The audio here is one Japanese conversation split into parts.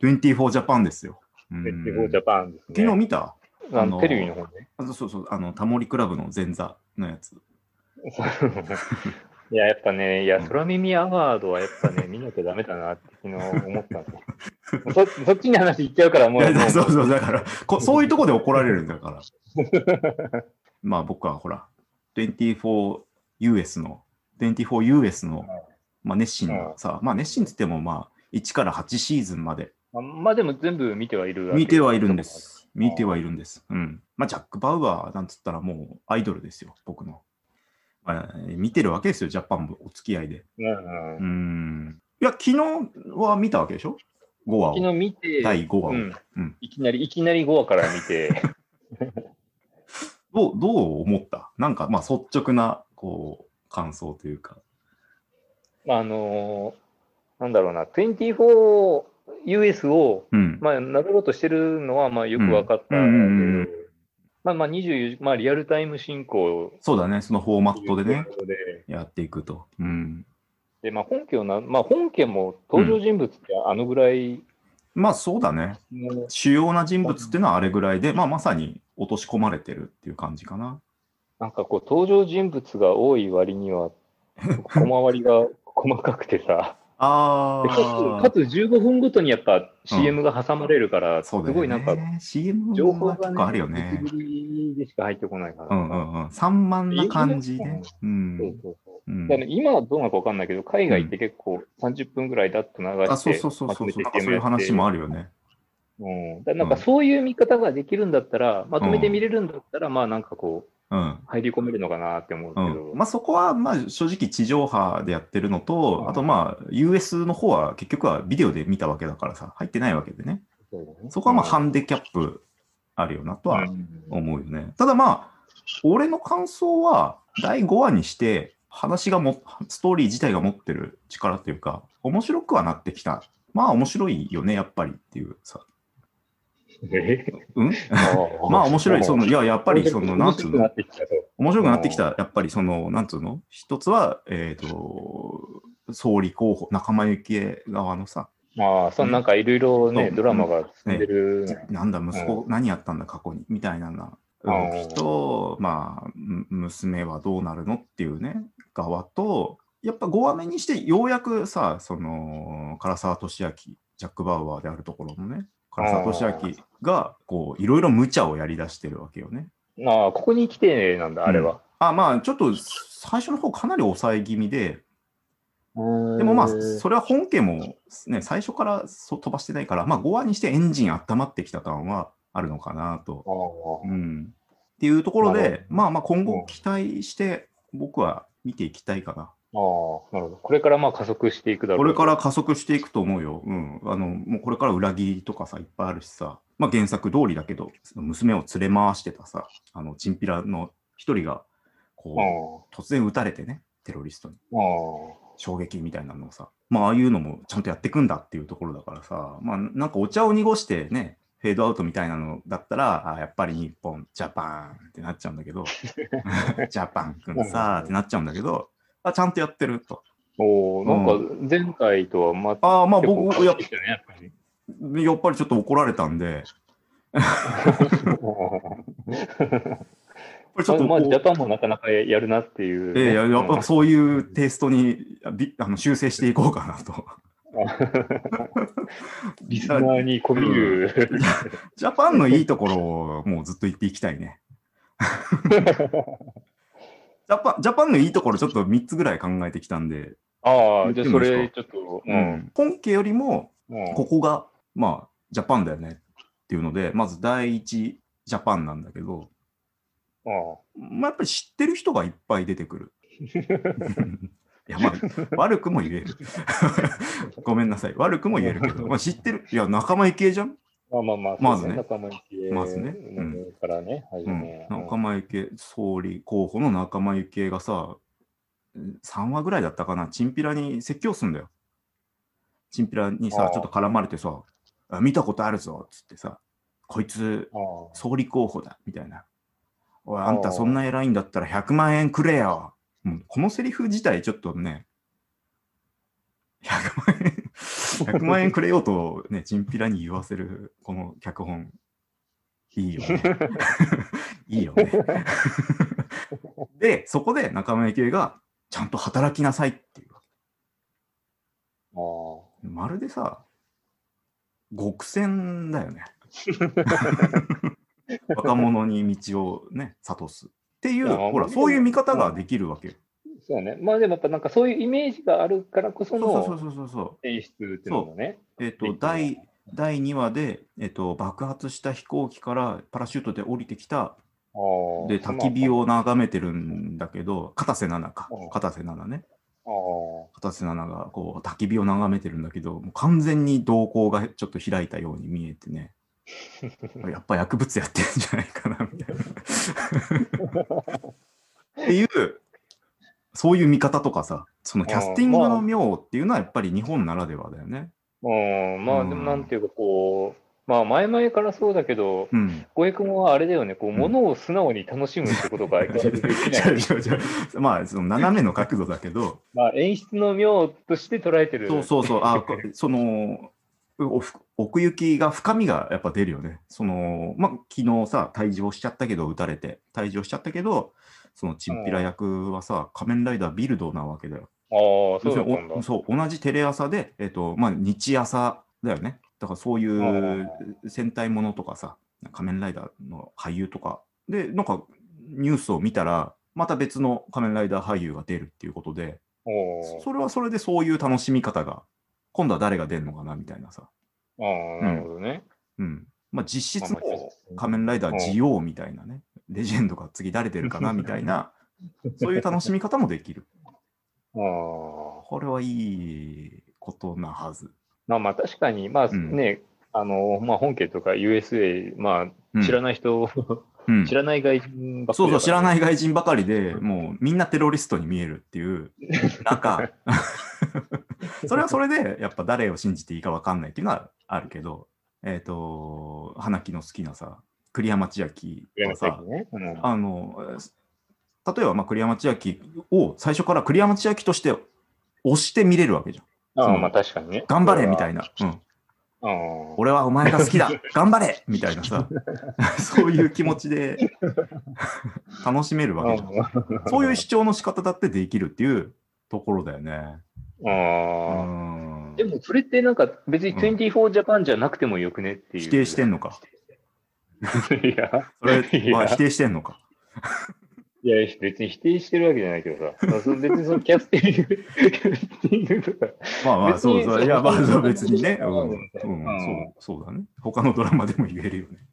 24ジャパンですよ。 24ジャパンですね。 昨日見た？ テレビの方ね。 そうそう、タモリクラブの前座のやつ。 いや、やっぱね、空耳アワードはやっぱね、見なきゃダメだなって昨日思ったんですよ。そっちに話いっちゃうから、もう。 そうそう、だからそういうとこで怒られるんだから。まあ僕はほら、24US の、まあ熱心なさ、まあ熱心って言ってもまあ1から8シーズンまで。 まあでも全部見てはいるわけ。 見てはいるんです。見てはいるんです。うん。まあジャック・バウアーなんつったらもうアイドルですよ、僕の。まあ、見てるわけですよ、ジャパンもお付き合いで。いや、昨日は見たわけでしょ ?5 話を。 昨日見て、 第5話を。 いきなり5話から見て。 どう思った？なんか、まあ率直な、感想というか。 なんだろうな、24US を、まあ、なぞろうとしてるのは、まあ、よく分かったけど、まあ、24、まあ、リアルタイム進行。 そうだね、そのフォーマットでね、やっていくと。 で、まあ、本家も登場人物ってあのぐらい。 まあ、そうだね。主要な人物っていうのはあれぐらいで、まあ、まさに落とし込まれてるっていう感じかな。 なんか登場人物が多い割には、小回りが細かくてさ。かつ15分ごとにやっぱ CM が挟まれるから、すごいなんか、情報がね、ぶつ切りでしか入ってこないから。 散漫な感じで。 今はどうなのか分かんないけど、海外って結構30分ぐらいだっと流して、 そういう話もあるよね。 なんかそういう見方ができるんだったら、まとめて見れるんだったら、まあなんか入り込めるのかなって思うけど。 まあそこはまあ正直地上波でやってるのと、あとまあ US の方は結局はビデオで見たわけだからさ、入ってないわけでね。そこはまあハンデキャップあるよなとは思うよね。ただまあ、俺の感想は第5話にして話がストーリー自体が持ってる力というか、面白くはなってきた。まあ面白いよね、やっぱりっていうさ。まあ面白い。やっぱりなんつうの、面白くなってきた。やっぱりなんつうの、一つは、総理候補、仲間由紀恵側のさ。 なんかいろいろね、ドラマが進んでる。 なんだ、息子、何やったんだ、過去に、みたいな動きと、まあ、娘はどうなるのっていうね、側と、やっぱ5話目にして、ようやくさ、唐沢寿明、ジャック・バウアーであるところのね、唐沢寿明が、いろいろ無茶をやり出してるわけよね。 ここに来てなんだ、あれは。 まあ、ちょっと、最初の方かなり抑え気味で、でもまあ、それは本家もね、最初から飛ばしてないから、まあ5話にしてエンジン温まってきた感はあるのかなと。っていうところで、まあまあ今後期待して僕は見ていきたいかな。 なるほど。これからまあ加速していくだろう。 これから加速していくと思うよ。もうこれから裏切りとかさ、いっぱいあるしさ、まあ原作通りだけど、娘を連れ回してたさ、チンピラの一人が、突然撃たれてね、テロリストに。衝撃みたいなのをさ、まあああいうのもちゃんとやっていくんだっていうところだからさ、まあなんかお茶を濁してね、フェードアウトみたいなのだったら、やっぱり日本、ジャパンってなっちゃうんだけど、ジャパンくんさーってなっちゃうんだけど、ちゃんとやってると。 なんか前回とはまあ僕、やっぱりちょっと怒られたんで、 これちょっとまあ、ジャパンもなかなかやるなっていう、ね。 やっぱそういうテイストに修正していこうかなと。 リスナーにこびる。 ジャパンのいいところをもうずっと言っていきたいね。ジャパンのいいところちょっと3つぐらい考えてきたんで。 じゃあそれちょっと。 本家よりも、ここが、まあ、ジャパンだよねっていうので、まず第一ジャパンなんだけど、まあ、やっぱり知ってる人がいっぱい出てくる。いや、まあ、悪くも言える。ごめんなさい。悪くも言えるけど、まあ、知ってる。いや、仲間由紀恵じゃん。まずね。 仲間由紀恵。まずね。からね、 仲間由紀恵、総理候補の仲間由紀恵がさ、3話ぐらいだったかな、チンピラに説教すんだよ。チンピラにさ、ちょっと絡まれてさ、見たことあるぞ、つってさ、こいつ、総理候補だ、みたいな。おい、あんたそんな偉いんだったら100万円くれよ。このセリフ自体ちょっとね、100万円 100万円くれようとね、チンピラに言わせるこの脚本、いいよね。いいよね。で、そこで中村幸恵がちゃんと働きなさいっていう。まるでさ、極戦だよね。若者に道をね、諭す。っていう、ほら、そういう見方ができるわけよ。 そうね。まあでもやっぱなんかそういうイメージがあるからこその演出っていうのもね。 第2話で、爆発した飛行機からパラシュートで降りてきた、で、焚き火を眺めてるんだけど、片瀬奈々か。片瀬奈々ね。片瀬奈々がこう焚き火を眺めてるんだけど、もう完全に瞳孔がちょっと開いたように見えてね。やっぱ薬物やってるんじゃないかなみたいな。っていう、そういう見方とかさ、そのキャスティングの妙っていうのはやっぱり日本ならではだよね。 まあでもなんていうかこう、まあ前々からそうだけど、小江君はあれだよね、こう物を素直に楽しむってことが相変わらずできない。 まあその斜めの角度だけど、 まあ演出の妙として捉えてる。 そうその奥行きが深みがやっぱ出るよね。そのまあ昨日さ退場しちゃったけど撃たれて退場しちゃったけど、そのチンピラ役はさ仮面ライダービルドなわけだよ。そう同じテレ朝でまあ日朝だよね。だからそういう戦隊ものとかさ仮面ライダーの俳優とかでなんかニュースを見たらまた別の仮面ライダー俳優が出るっていうことで、それはそれでそういう楽しみ方が今度は誰が出るのかなみたいなさ。 なるほどね。 まあ実質の仮面ライダージオウみたいなね、レジェンドが次誰出るかなみたいな、そういう楽しみ方もできる。これはいいことなはず。 まあ確かに、まあね、まあ本家とか USA、まあ知らない人、知らない外人ばっかり、 そう、知らない外人ばかりで、もうみんなテロリストに見えるっていう、なんか、それはそれで、やっぱ誰を信じていいか分かんないっていうのはあるけど、花木の好きなさ、栗山千明はさ、例えば、まあ、栗山千明を最初から栗山千明として推して見れるわけじゃん。 まあ確かにね。 頑張れみたいな。俺はお前が好きだ頑張れみたいなさ、そういう気持ちで楽しめるわけじゃん。そういう主張の仕方だってできるっていうところだよね。 でもそれってなんか別に24ジャパンじゃなくてもよくねっていう。 否定してんのか。 いや、 それは否定してんのか。 いや、別に否定してるわけじゃないけどさ、別にそのキャスティングとか。 まあ、そう、いや、まあ、別にね。そうだね。他のドラマでも言えるよね。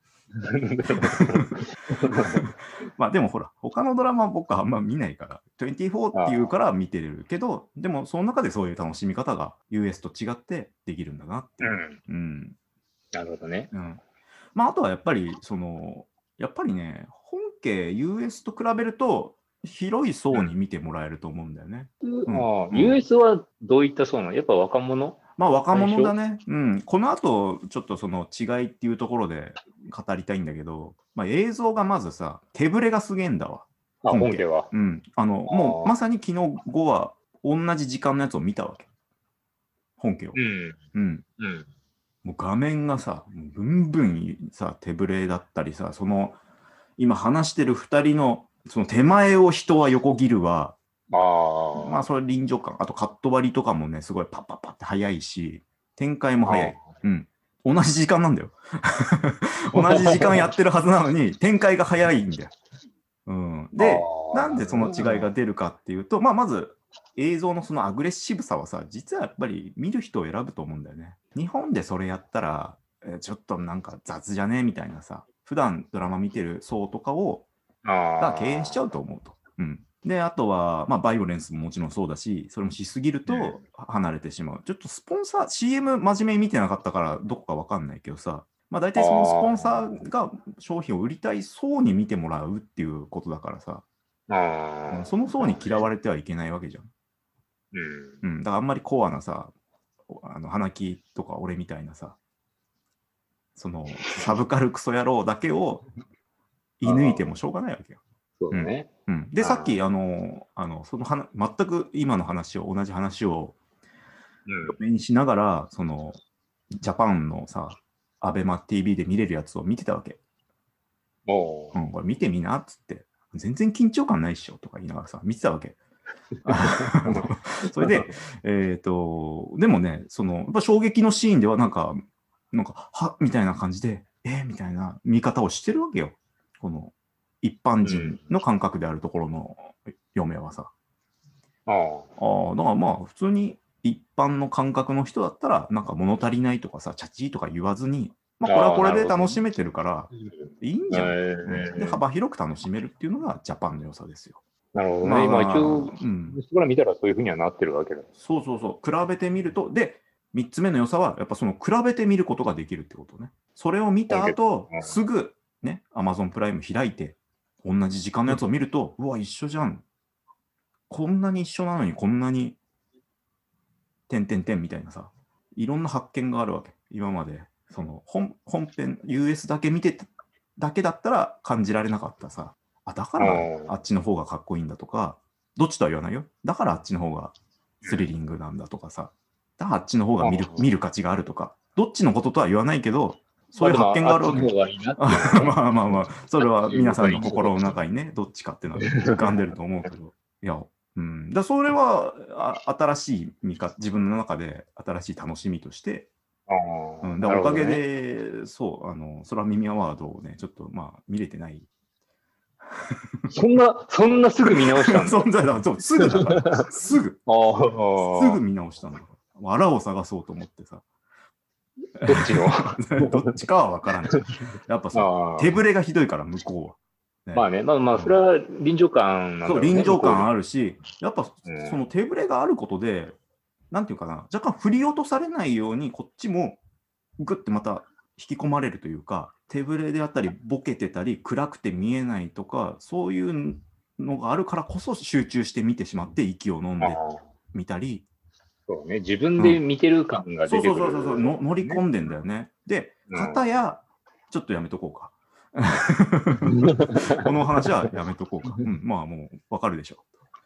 まあでもほら、他のドラマは僕はあんま見ないから、24っていうから見てるけど、でもその中でそういう楽しみ方が US と違ってできるんだなっていう。 なるほどね。 まああとはやっぱり、やっぱりね、本家 US と比べると、広い層に見てもらえると思うんだよね。 US はどういった層なの？やっぱ若者？ まあ若者だね。この後、ちょっとその違いっていうところで語りたいんだけど、まあ映像がまずさ、手ぶれがすげえんだわ。 本家は。 もうまさに昨日後は同じ時間のやつを見たわけ。本家を。もう画面がさ、ブンブンさ、手ぶれだったりさ、今話してる2人のその手前を人は横切るわ。まあそれ臨場感。あとカット割りとかもね、すごいパッパッパって早いし、展開も早い。同じ時間なんだよ。同じ時間やってるはずなのに、展開が早いんだよ。で、なんでその違いが出るかっていうと、まあまず映像のそのアグレッシブさはさ、実はやっぱり見る人を選ぶと思うんだよね。日本でそれやったら、ちょっとなんか雑じゃねみたいなさ、普段ドラマ見てる層とかが敬遠しちゃうと思うと。で、あとは、まあ、バイオレンスももちろんそうだし、それもしすぎると離れてしまう。ちょっとスポンサー、CM 真面目に見てなかったからどこかわかんないけどさ、まあ大体そのスポンサーが商品を売りたい層に見てもらうっていうことだからさ、その層に嫌われてはいけないわけじゃん。だからあんまりコアなさ、花木とか俺みたいなさ、そのサブカルクソ野郎だけを射抜いてもしょうがないわけよ。 そうね。 で、さっき全く今の話を、同じ話を目にしながら、その、ジャパンのさ、アベマ TV で見れるやつを見てたわけ。これ見てみなっつって、全然緊張感ないっしょとか言いながらさ、見てたわけ。それで、でもね、その、やっぱ衝撃のシーンではなんか、はみたいな感じで、みたいな見方をしてるわけよ。この、一般人の感覚であるところの嫁はさ。だからまあ、普通に一般の感覚の人だったら、なんか物足りないとかさ、チャチーとか言わずに、まあ、これはこれで楽しめてるから、いいんじゃん。で、幅広く楽しめるっていうのがジャパンの良さですよ。 なるほどね。今一応、そこから見たらそういうふうにはなってるわけだ。 そうそうそう。比べてみると、で、3つ目の良さは、やっぱその比べてみることができるってことね。それを見た後、すぐね、Amazon プライム開いて、同じ時間のやつを見ると、うわ、一緒じゃん。こんなに一緒なのにこんなに、点みたいなさ、いろんな発見があるわけ。今まで、その本編、US だけ見てだけだったら感じられなかったさ、だからあっちの方がかっこいいんだとか、どっちとは言わないよ。だからあっちの方がスリリングなんだとかさ、だからあっちの方が見る価値があるとか、どっちのこととは言わないけど、そういう発見があるわけ。まあまあまあ、それは皆さんの心の中にね、どっちかっていうのは浮かんでると思うけど、いや、だそれは新しい自分の中で新しい楽しみとして、だおかげで、そう、空耳アワードをね、ちょっとまあ見れてない。 そんなすぐ見直したの？ 存在だ、そう、すぐだから、すぐ見直したの。あらを探そうと思ってさ。 どっちのどっちかは分からない。やっぱさ、手ぶれがひどいから、向こうは。 まあね、まあ、それは臨場感なんだろうね。 そう、臨場感あるし、やっぱその手ぶれがあることで、なんていうかな、若干振り落とされないように、こっちもグッてまた引き込まれるというか、手ぶれであったり、ボケてたり、暗くて見えないとか、そういうのがあるからこそ集中して見てしまって、息を飲んでみたり。 そうね、自分で見てる感が出てくる、 そう、乗り込んでんだよね。で、片や、ちょっとやめとこうか。この話はやめとこうか。まあもうわかるでしょ。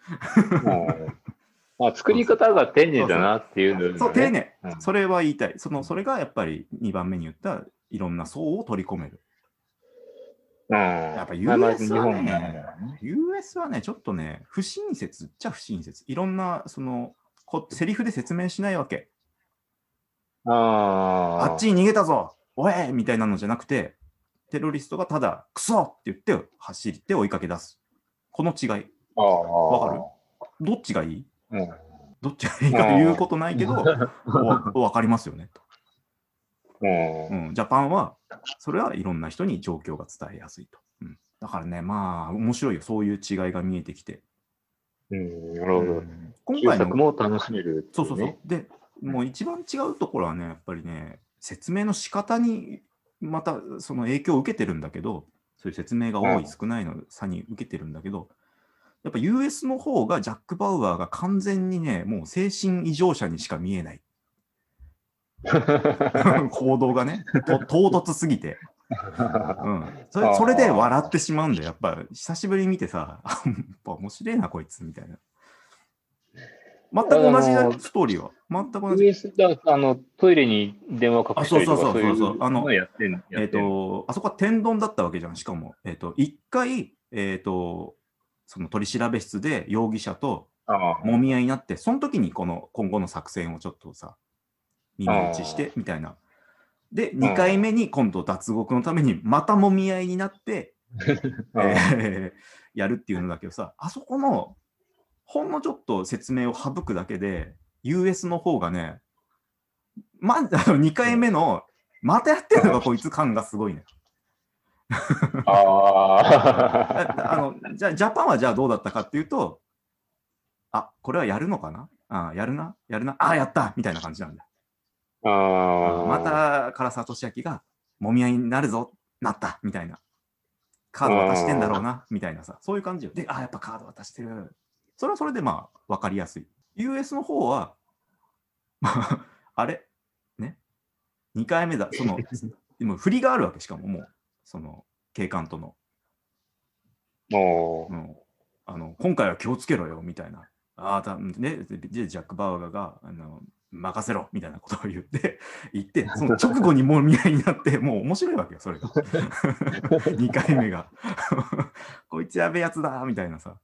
まあ、作り方が丁寧だなっていうの、ね、 そう、丁寧。それは言いたい。それがやっぱり2番目に言ったいろんな層を取り込める。やっぱ US はね、US はね、ちょっとね、不親切っちゃ不親切。いろんな、セリフで説明しないわけ。あっちに逃げたぞおいみたいなのじゃなくて、テロリストがただ、クソって言って走って追いかけ出す。この違い。わかる？どっちがいい？どっちがいいか言うことないけど、わかりますよねと。ジャパンは、それはいろんな人に状況が伝えやすいと。だからね、まあ、面白いよ。そういう違いが見えてきて。 なるほど。今回のも楽しめる、 そう。で、もう一番違うところはね、やっぱりね、説明の仕方に、またその影響を受けてるんだけど、そういう説明が多い、少ないの差に受けてるんだけど、やっぱ US の方がジャック・バウアーが完全にね、もう精神異常者にしか見えない。行動がね、唐突すぎて。それで笑ってしまうんだよ。やっぱ久しぶりに見てさ、やっぱ面白いな、こいつ、みたいな。全く同じストーリーは。全く同じ。 トイレに電話をかけたりとか、そういうのやってんあそこは天丼だったわけじゃん、しかも。一回、その取調室で容疑者ともみ合いになって、その時に今後の作戦をちょっとさ、耳打ちしてみたいな。で、2回目に今度脱獄のためにまたもみ合いになって、やるっていうのだけどさ、あそこのほんのちょっと説明を省くだけで、US の方がね、2回目の、またやってるのがこいつ感がすごいね。じゃあ、ジャパンはじゃあどうだったかっていうと、これはやるのかなやるなやったみたいな感じなんだ。また唐沢寿明がもみ合いになるぞ、なったみたいな。カード渡してんだろうな、みたいなさ、そういう感じよ。で、やっぱカード渡してる。それはそれでまあ分かりやすい。US の方は、あれね、2回目だ、でも振りがあるわけ、しかももう、警官との。今回は気をつけろよ、みたいな。ジャック・バウアーが、 任せろみたいなことを言って、その直後にもみ合いになって、もう面白いわけよ、それが。2回目が。こいつやべえやつだみたいなさ。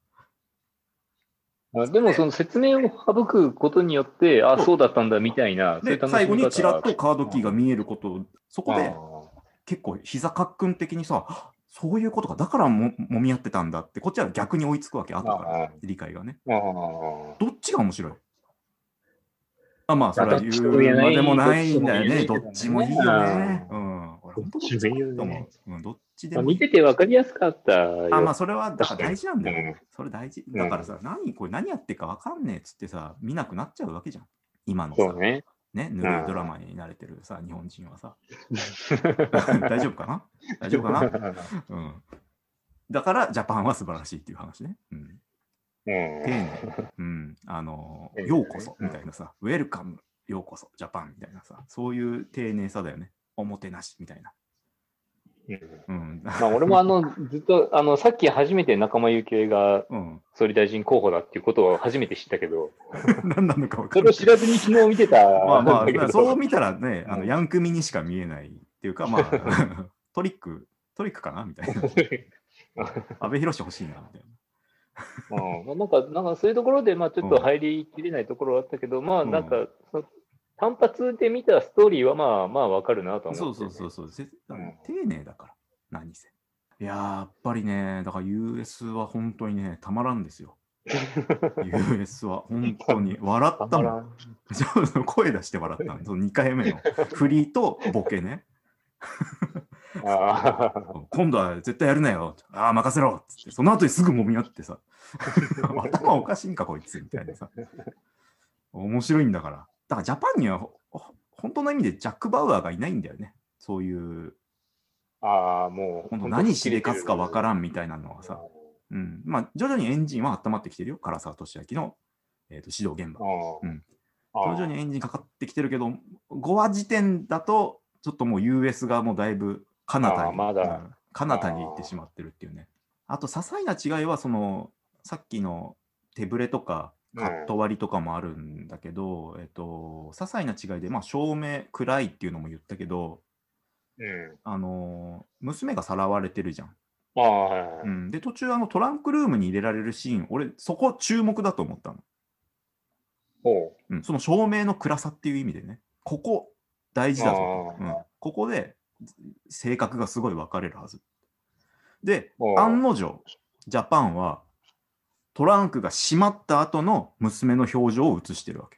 でもその説明を省くことによって、そうだったんだみたいな、 で、最後にちらっとカードキーが見えることを、そこで結構膝かっくん的にさ、そういうことか、だからもみ合ってたんだって、こっちは逆に追いつくわけ、後から理解がね。どっちが面白い？まあ、それは言うまでもないんだよね。どっちもいいよね。うん。俺、本当どっちもいいと思う。どっちでも。 見てて分かりやすかったよ。 まあ、それはだから大事なんだよ。それ大事。だからさ、これ何やってるか分かんねえっつってさ、見なくなっちゃうわけじゃん。今のさ、ね、ぬるいドラマに慣れてるさ、日本人はさ。大丈夫かな？大丈夫かな？うん。だから、ジャパンは素晴らしいっていう話ね。うん。丁寧、うん、ようこそみたいなさ、ウェルカム、ようこそ、ジャパンみたいなさ、そういう丁寧さだよね。おもてなしみたいな。 俺もずっとさっき初めて仲間由紀恵が総理大臣候補だっていうことを初めて知ったけど、 何なのか分かんない。 それを知らずに昨日見てた。 そう見たらね、ヤンクミにしか見えないっていうか、まあ、トリックかなみたいな。阿部寛欲しいなみたいな。 なんかそういうところで、ちょっと入りきれないところはあったけど、なんか、単発で見たストーリーはまあわかるなと思って、 そう。丁寧だから、何せ。いややっぱりね、だから US は本当にね、たまらんですよ。US は本当に笑ったもん。声出して笑ったの。その2回目のフリーとボケね。今度は絶対やるなよ。任せろっつって、その後にすぐ揉み合ってさ、頭おかしいんかこいつみたいなさ、面白いんだから。だからジャパンには本当の意味でジャック・バウアーがいないんだよね。そういう、 もう本当何しでかすかわからんみたいなのはさ、徐々にエンジンは温まってきてるよ。唐沢寿明の、指導現場。徐々にエンジンかかってきてるけど、5話時点だと、ちょっともう US がもうだいぶ彼方に行ってしまってるっていうね。あと、些細な違いは、さっきの手ぶれとか、カット割りとかもあるんだけど、些細な違いで、照明暗いっていうのも言ったけど、娘がさらわれてるじゃん。で、途中トランクルームに入れられるシーン、俺、そこ注目だと思ったの。その照明の暗さっていう意味でね、ここ大事だぞと。ここで性格がすごい分かれるはず。で、案の定、ジャパンはトランクが閉まった後の娘の表情を映してるわけ。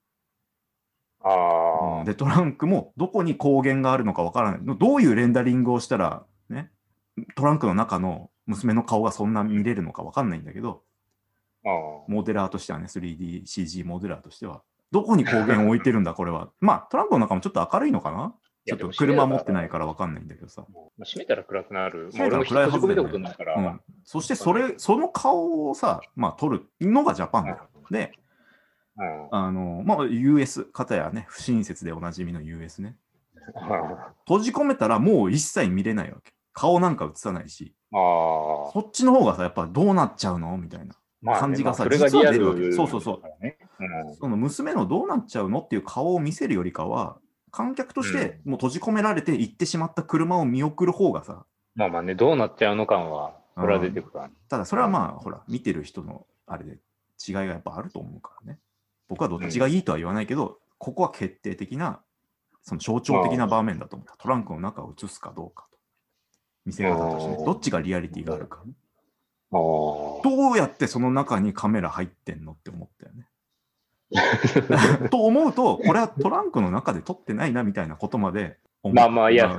で、トランクもどこに光源があるのか分からない。どういうレンダリングをしたら、ね、トランクの中の娘の顔がそんな見れるのか分かんないんだけど、モデラーとしてはね、3DCG モデラーとしては、どこに光源を置いてるんだ、これは。トランクの中もちょっと明るいのかな？ちょっと車持ってないから分かんないんだけどさ。 閉めたら暗くなる。 閉めたら暗いはずだよね。そしてその顔をさ、撮るのがジャパンだよ。で、US、片やね、不親切でおなじみの US ね。閉じ込めたらもう一切見れないわけ。顔なんか映さないし。そっちの方がさ、やっぱどうなっちゃうのみたいな。感じがさ、実は出るわけ。そう。その娘のどうなっちゃうのっていう顔を見せるよりかは、観客としてもう閉じ込められて行ってしまった車を見送る方がさ。 どうなっちゃうの感は、それは出てくるから。 ただ、それはほら、見てる人のあれで違いがやっぱあると思うからね。僕はどっちがいいとは言わないけど、ここは決定的な、その象徴的な場面だと思った。トランクの中を映すかどうかと。見せ方としてね。どっちがリアリティがあるか。どうやってその中にカメラ入ってんのって思ったよね。と思うと、これはトランクの中で撮ってないなみたいなことまで思う。 いや、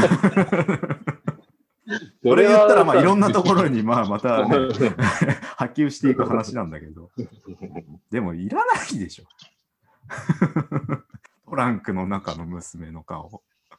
それ言ったらいろんなところにまたね波及していく話なんだけど、でもいらないでしょ。トランクの中の娘の顔。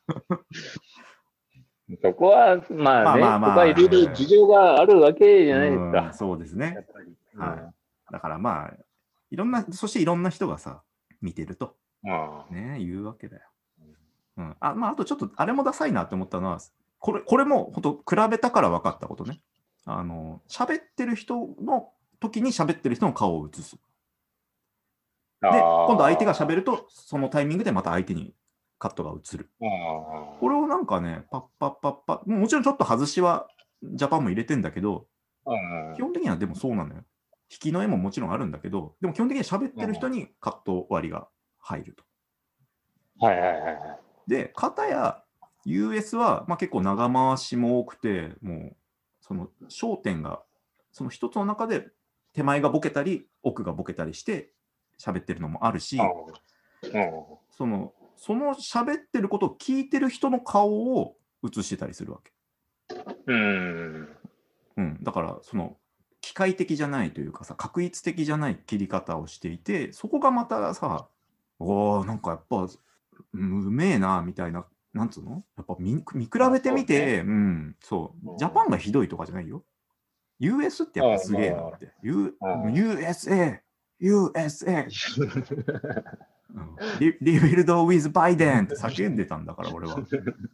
そこは、そこはいろいろ事情があるわけじゃないですか。 そうですね。だからそしていろんな人がさ、見てると、ね、言うわけだよ。あとちょっと、あれもダサいなって思ったのは、これも本当比べたから分かったことね。喋ってる人の時に喋ってる人の顔を映す。 で、今度相手が喋ると、そのタイミングでまた相手にカットが映る。これをなんかね、パッパッパッパッ、もちろんちょっと外しはジャパンも入れてんだけど、基本的にはでもそうなのよ。引きの絵ももちろんあるんだけど、でも基本的に喋ってる人にカット割りが入ると。 はいはいはいはい。 で、片や US は、まあ、結構長回しも多くて、もうその焦点が、その一つの中で手前がボケたり、奥がボケたりして喋ってるのもあるし、その喋ってることを聞いてる人の顔を映してたりするわけ。だからその機械的じゃないというかさ、確一的じゃない切り方をしていて、そこがまたさ、なんかやっぱうめえなみたいな、なんつうの、やっぱ見比べてみて、そう、ジャパンがひどいとかじゃないよ。US ってやっぱすげえなって。USA! USA! Rebuild with Biden! って叫んでたんだから、俺は。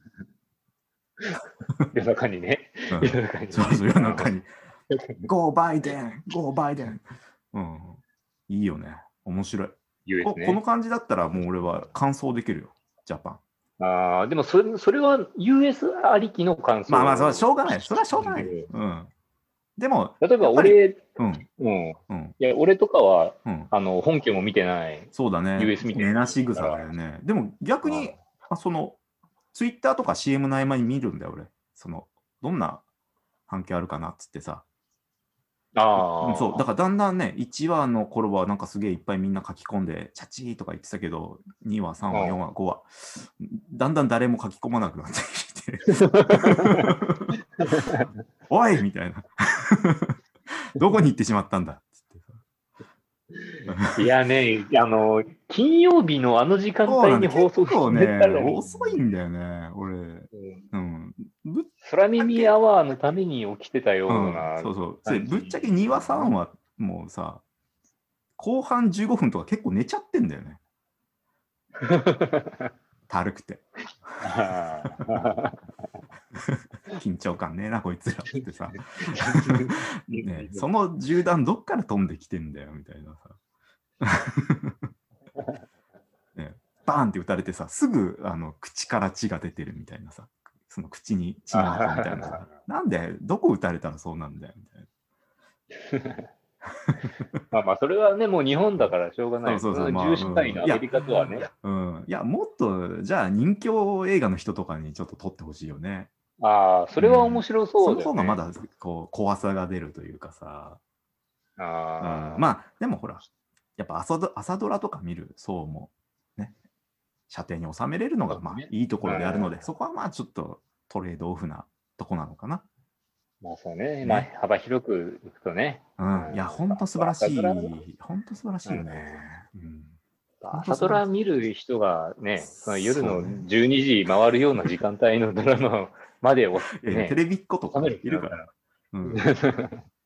夜中にね。 そうそう、夜中に。Go Biden! Go Biden! いいよね。面白い。この感じだったらもう俺は感想できるよ、ジャパン。でもそれは US ありきの感想。 まあ、それはしょうがない。それはしょうがない。でも、 例えば俺、いや俺とかは、本家も見てない。 そうだね。 US 見てない。 寝なし草だよね。でも逆に、その、ツイッターとか CM の合間に見るんだよ、俺。どんな反響あるかなっつってさ。そう、だからだんだんね、1話の頃はなんかすげえいっぱいみんな書き込んで、チャチーとか言ってたけど、2話、3話、4話、5話、だんだん誰も書き込まなくなってきて、おいみたいな。どこに行ってしまったんだっつって。いやね、金曜日のあの時間帯に放送してね、遅いんだよね、俺。 空耳アワーのために起きてたような。 そう。ぶっちゃけ2話、3話もうさ、後半15分とか結構寝ちゃってんだよね。たるくて。緊張感ねえな、こいつらってさ。ね、その銃弾どっから飛んできてんだよ、みたいなさ。ね、バーンって撃たれてさ、すぐ口から血が出てるみたいなさ。その口に血の跡みたいなさ。なんで、どこ撃たれたらそうなんだよ、みたいな。 まあ、それはね、もう日本だからしょうがない。そう重視体のアメリカとはね。 いや、もっと、じゃあ人気映画の人とかにちょっと撮ってほしいよね。 それは面白そうだよね。 その方がまだこう怖さが出るというかさ。まあ、でもほら、やっぱ朝ドラとか見る層もね、射程に収めれるのがまあいいところであるので、そこはまあちょっとトレードオフなとこなのかな。 まあそうね、まあ幅広くいくとね。 いや、ほんと素晴らしい。ほんと素晴らしいよね。 朝ドラ見る人がね、夜の12時回るような時間帯のドラマまでを、 テレビっ子とかいるから。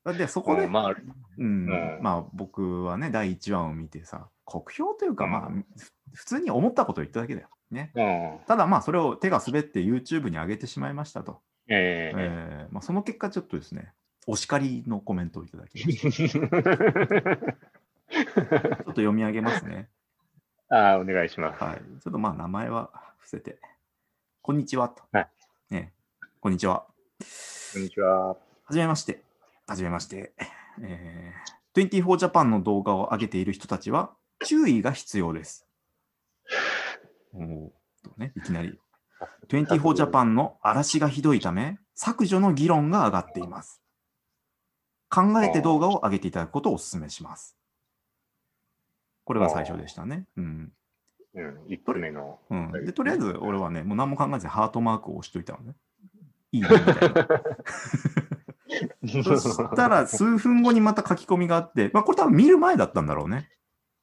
で、そこで、まあ僕はね、第1話を見てさ、酷評というか、まあ、普通に思ったことを言っただけだよ。ね。ただまあ、それを手が滑って YouTube に上げてしまいましたと。まあ、その結果、ちょっとですね、お叱りのコメントをいただきました。ちょっと読み上げますね。 お願いします。 はい。ちょっとまあ、名前は伏せて。こんにちはと。こんにちは。 こんにちは。 はじめまして。24ジャパンの動画を上げている人たちは注意が必要です。いきなり。24ジャパンの嵐がひどいため、削除の議論が上がっています。考えて動画を上げていただくことをお勧めします。これが最初でしたね。 1個目の。 で、とりあえず俺はね、もう何も考えずにハートマークを押しといたのね。いいね、みたいな。そしたら数分後にまた書き込みがあって、まあ、これ多分見る前だったんだろうね。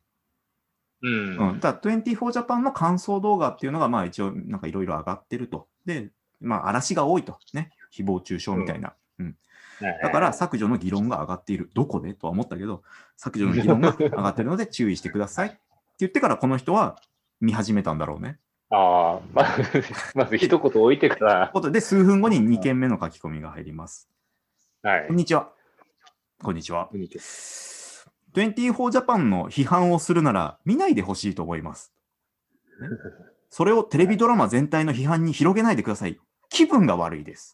だから24ジャパンの感想動画っていうのが、まあ一応なんかいろいろ上がってると。で、まあ嵐が多いと。ね。誹謗中傷みたいな。だから削除の議論が上がっている。どこでとは思ったけど、削除の議論が上がっているので注意してくださいって言ってからこの人は見始めたんだろうね。 まず一言置いてから。 で、数分後に2件目の書き込みが入ります。こんにちは。 24ジャパンの批判をするなら見ないでほしいと思います。ね、それをテレビドラマ全体の批判に広げないでください。気分が悪いです。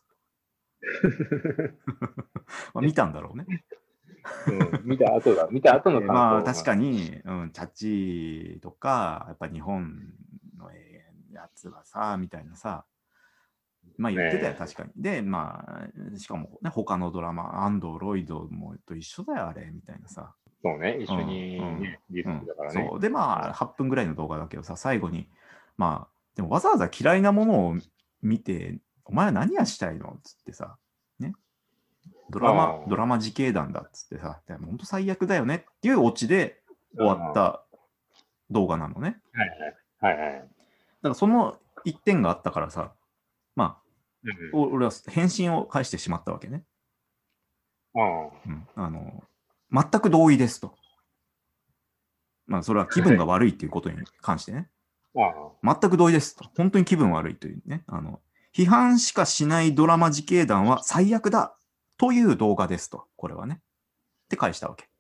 まあ見たんだろうね。 見た後の感想。 まあ確かに、チャッチとか、やっぱ日本のやつはさ、みたいなさ、まあ言ってたよ、確かに。で、まあ、しかもね、他のドラマ、安藤ロイドもと一緒だよ、あれ、みたいなさ。 そうね、一緒にね、ディスだからね。 そう。で、まあ、8分ぐらいの動画だけどさ、最後に、まあ、でもわざわざ嫌いなものを見て、お前は何がしたいのつってさ、ね。ドラマ自警団だっつってさ、本当最悪だよねっていうオチで終わった動画なのね。 はいはい。 だからその一点があったからさ、まあ、俺は返信を返してしまったわけね。全く同意ですと。まあ、それは気分が悪いっていうことに関してね。全く同意ですと。本当に気分悪いというね。批判しかしないドラマ自警団は最悪だという動画ですと。これはね。って返したわけ。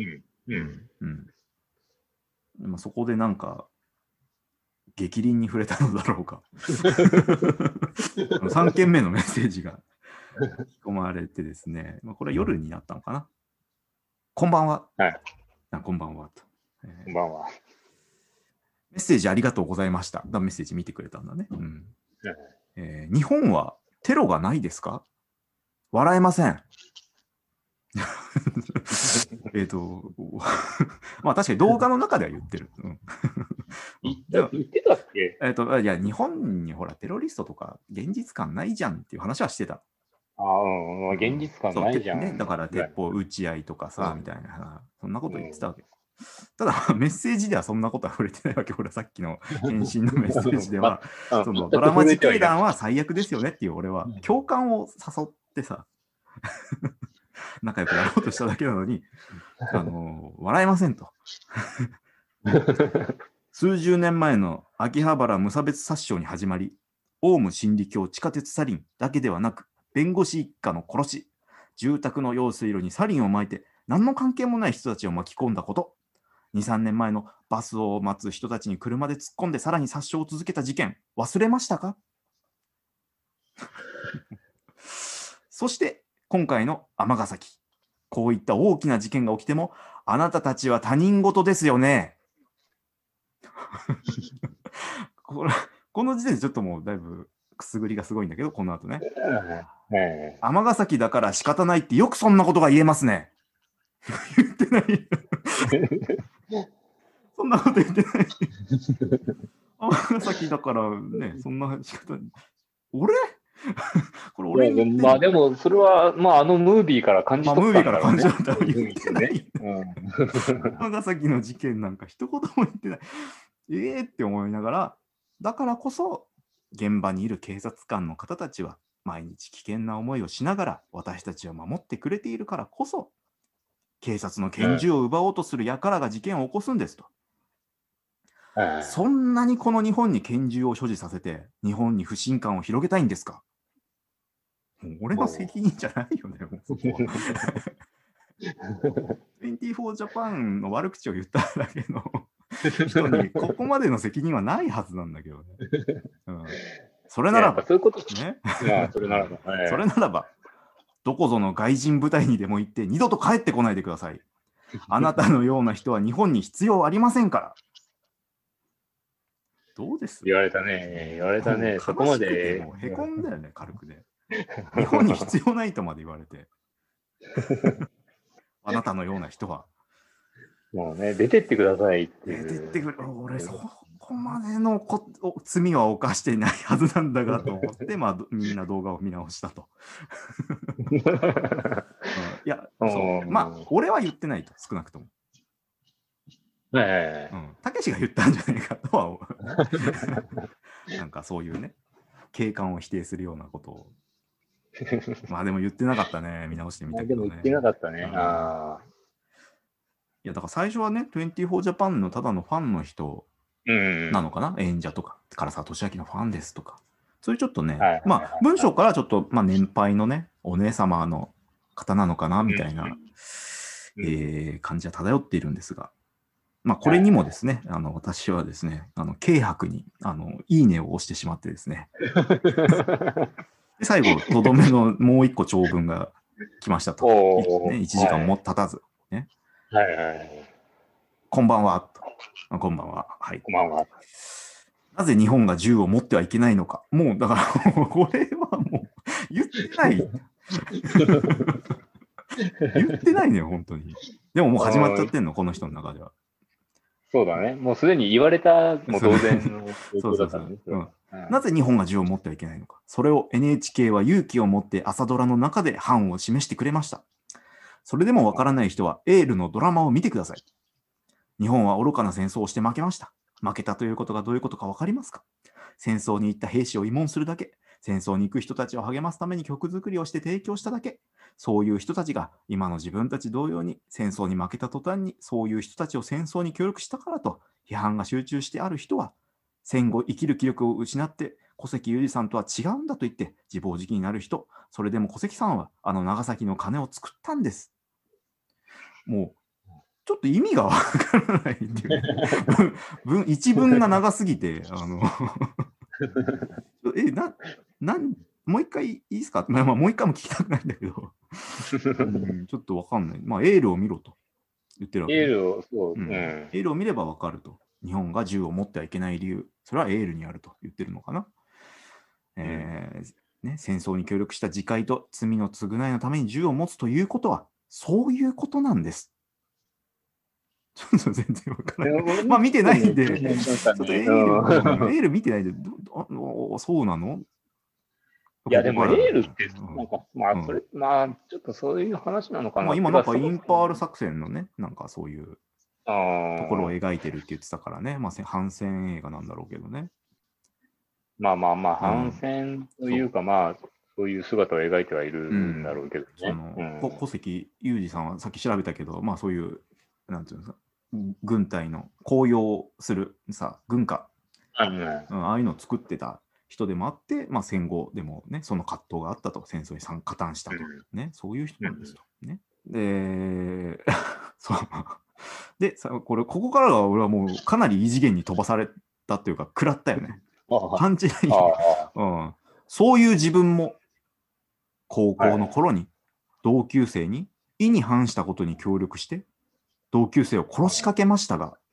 まあ、そこでなんか、逆鱗に触れたのだろうか。3件目のメッセージが込まれてですね、まあ、これは夜になったのかな。こんばんは。こんばんはと。 こんばんは。 メッセージありがとうございました。メッセージ見てくれたんだね。日本はテロがないですか？笑えません。まあ確かに動画の中では言ってる。 言ってたっけ？ いや、日本にほら、テロリストとか現実感ないじゃんっていう話はしてた。 現実感ないじゃん。 ね、だから鉄砲撃ち合いとかさ、みたいな、そんなこと言ってたわけ。ただ、メッセージではそんなことは触れてないわけ。俺、さっきの返信のメッセージでは、そのドラマ自警団は最悪ですよねっていう、俺は共感を誘ってさ、仲良くなろうとしただけなのに、笑えませんと。数十年前の秋葉原無差別殺傷に始まり、オウム真理教地下鉄サリンだけではなく、弁護士一家の殺し、住宅の用水路にサリンを撒いて、何の関係もない人たちを巻き込んだこと、2、3年前のバスを待つ人たちに車で突っ込んでさらに殺傷を続けた事件、忘れましたか？そして、今回の尼崎。こういった大きな事件が起きても、あなたたちは他人事ですよね。この時点でちょっともうだいぶくすぐりがすごいんだけど、この後ね。尼崎だから仕方ないってよくそんなことが言えますね。言ってない。そんなこと言ってない。尼崎だからね、そんな仕方ない。これ俺にまあでも、それは、まあムービーから感じ取ったんだろうね。 ムービーから感じ取ったら言ってない。尼崎の事件なんか一言も言ってない。って思いながら、だからこそ、現場にいる警察官の方たちは、毎日危険な思いをしながら、私たちを守ってくれているからこそ、警察の拳銃を奪おうとする輩が事件を起こすんですと。そんなにこの日本に拳銃を所持させて、日本に不信感を広げたいんですか？俺の責任じゃないよね、もうそこは。24ジャパンの悪口を言っただけの人に、ここまでの責任はないはずなんだけどね。それならば、 そういうことね。それならば、どこぞの外人部隊にでも行って、二度と帰ってこないでください。あなたのような人は日本に必要ありませんから。どうです？ 言われたね。そこまで。 もうへこんだよね、軽くで。日本に必要ないとまで言われて。あなたのような人は。 もうね、出てってくださいっていう。 出てってくれ。俺、そこまでの罪は犯していないはずなんだがと思って、まあ、みんな動画を見直したと。いや、そう。まあ、俺は言ってないと、少なくとも。たけしが言ったんじゃないかとはなんかそういうね、景観を否定するようなことを。まあでも言ってなかったね、見直してみたけどね。 でも言ってなかったね。 いやだから最初はね、24ジャパンのただのファンの人なのかな、演者とか、唐沢寿明のファンですとか、そういうちょっとね、まあ文章からちょっと、まあ、年配のね、お姉様の方なのかなみたいな感じは漂っているんですが、まあ、これにもですね、私はですね、軽薄に、いいねを押してしまってですね、で最後、とどめのもう一個長文が来ましたと。ね、1時間も経たず。ね。 はいはい。 こんばんは。こんばんは。はい。 こんばんは。 なぜ日本が銃を持ってはいけないのか。もう、だから、これはもう、言ってない。言ってないね、本当に。でももう始まっちゃってんの、この人の中では。 そうだね。もうすでに言われたも同然の状況だったね。 なぜ日本が銃を持ってはいけないのか。それを NHK は勇気を持って朝ドラの中で範を示してくれました。それでもわからない人はエールのドラマを見てください。日本は愚かな戦争をして負けました。負けたということがどういうことかわかりますか？戦争に行った兵士を慰問するだけ。戦争に行く人たちを励ますために曲作りをして提供しただけ。そういう人たちが今の自分たち同様に戦争に負けた途端にそういう人たちを戦争に協力したからと批判が集中してある人は戦後生きる気力を失って小関裕二さんとは違うんだと言って自暴自棄になる人。それでも小関さんは長崎の鐘を作ったんです。もうちょっと意味がわからないっていう、一文が長すぎてもう一回いいですか？まあ、もう一回も聞きたくないんだけどちょっとわかんない。まあ、エールを見ろと言ってるわけ、ね。 エールを、そう、 エールを見ればわかると。日本が銃を持ってはいけない理由、それはエールにあると言ってるのかな。ね、戦争に協力した自戒と罪の償いのために銃を持つということは、そういうことなんです。ちょっと全然わからない。まあ見てないんで、ちょっとエール見てないんで、そうなの？ いや、でもエールって、なんか、まあ、それ、まあ、ちょっとそういう話なのかな。 まあ今なんかインパール作戦のね、なんかそういうところを描いてるって言ってたからね、まあ反戦映画なんだろうけどね。 まあまあまあ、反戦というか、まあ、そういう姿を描いてはいるんだろうけどね。 小関裕二さんはさっき調べたけど、まあそういう、なんていうんですか、軍隊の高揚するさ、軍歌、ああいうのを作ってた人でもあって、まあ、戦後でもね、その葛藤があったと、戦争に加担したと、ね、そういう人なんですよ。ね、で、そう。で、ここからは俺はもうかなり異次元に飛ばされたっていうか、食らったよね。パンチライン、そういう自分も高校の頃に同級生に意に反したことに協力して、同級生を殺しかけましたが、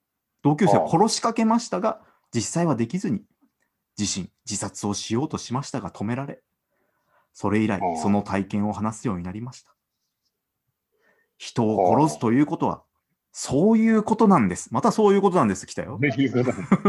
実際はできずに、自殺をしようとしましたが止められ、それ以来、その体験を話すようになりました。人を殺すということは、そういうことなんです。またそういうことなんです、来たよ。そういう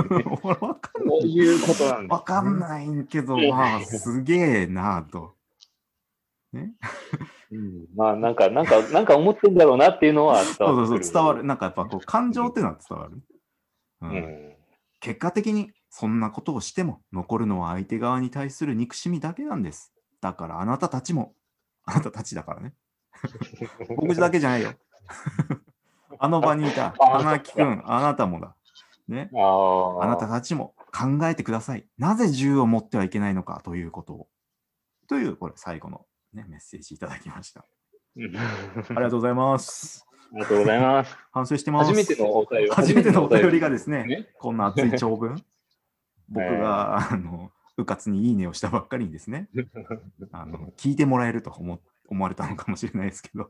ことなんです。わかんないけど、まあ、すげえなと。ね。 まあ、なんか思ってんだろうなっていうのは伝わる。 そう、伝わる。なんかやっぱこう、感情っていうのは伝わる。結果的に、そんなことをしても、残るのは相手側に対する憎しみだけなんです。だからあなたたちも、あなたたちだからね。僕だけじゃないよ。あの場にいた花木くん、あなたもだ。ね。あなたたちも考えてください。なぜ銃を持ってはいけないのかということを。という、これ最後の、ね、メッセージいただきました。ありがとうございます。 ありがとうございます。 反省してます。 初めてのお便りがですね、こんな熱い長文。僕が、うかつにいいねをしたばっかりにですね、聞いてもらえると思われたのかもしれないですけど。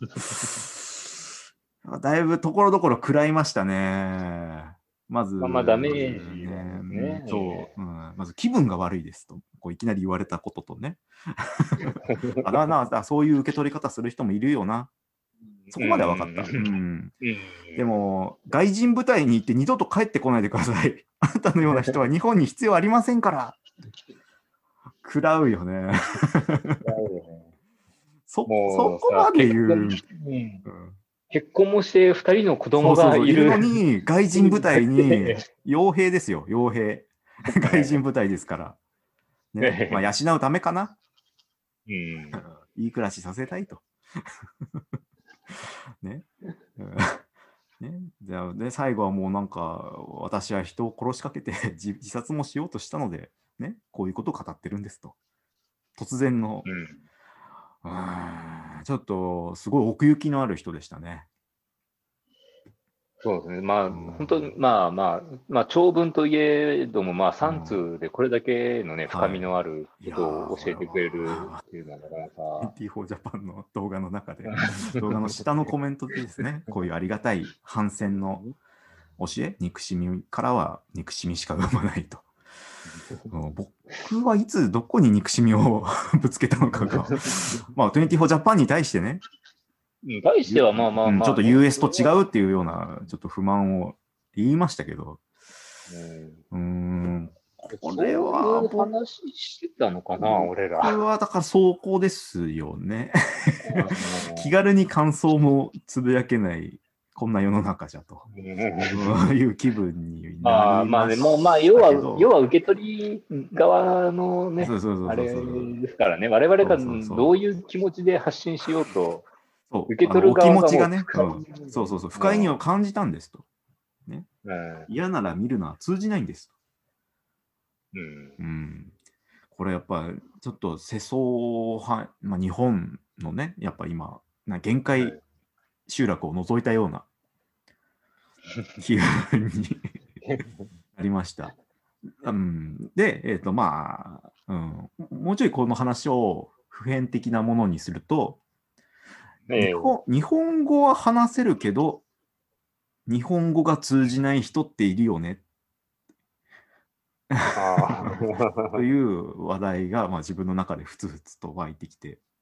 だいぶところどころ食らいましたね。まず、 まあ、ダメージね。 まず気分が悪いですと、こういきなり言われたこととね。そういう受け取り方する人もいるよな。そこまでは分かった。でも、外人部隊に行って二度と帰ってこないでください。あなたのような人は日本に必要ありませんから。食らうよね。そこまで言う。 結婚もして2人の子供がいるのに、外人部隊に、傭兵ですよ、傭兵。外人部隊ですから。ね、まあ、養うためかな。いい暮らしさせたいと。ね。で、最後はもうなんか、私は人を殺しかけて自殺もしようとしたので、ね、こういうことを語ってるんですと。突然の、 ちょっとすごい奥行きのある人でしたね。 そうですね。まあ、本当に、長文といえども、3通でこれだけのね、深みのあることを教えてくれるっていうのはなかなか。 24ジャパンの動画の中で、動画の下のコメントでですね、こういうありがたい反戦の教え、憎しみからは憎しみしか生まないと。僕はいつどこに憎しみをぶつけたのかが、24ジャパンに対してね、 対してはちょっと US と違うっていうようなちょっと不満を言いましたけど、これは話してたのかな、俺ら。 これはだから走行ですよね。気軽に感想もつぶやけないこんな世の中じゃという気分になりますけど。 要は受け取り側のね、あれですからね、我々がどういう気持ちで発信しようと、 受け取る側がお気持ちがね、不快にを感じたんですと。ね、嫌なら見るのは通じないんですと。これやっぱちょっと世相派、日本のね、やっぱ今、限界集落を除いたような気分になりました。で、もうちょいこの話を普遍的なものにすると、日本語は話せるけど、日本語が通じない人っているよね。という話題が、自分の中でふつふつと湧いてきて、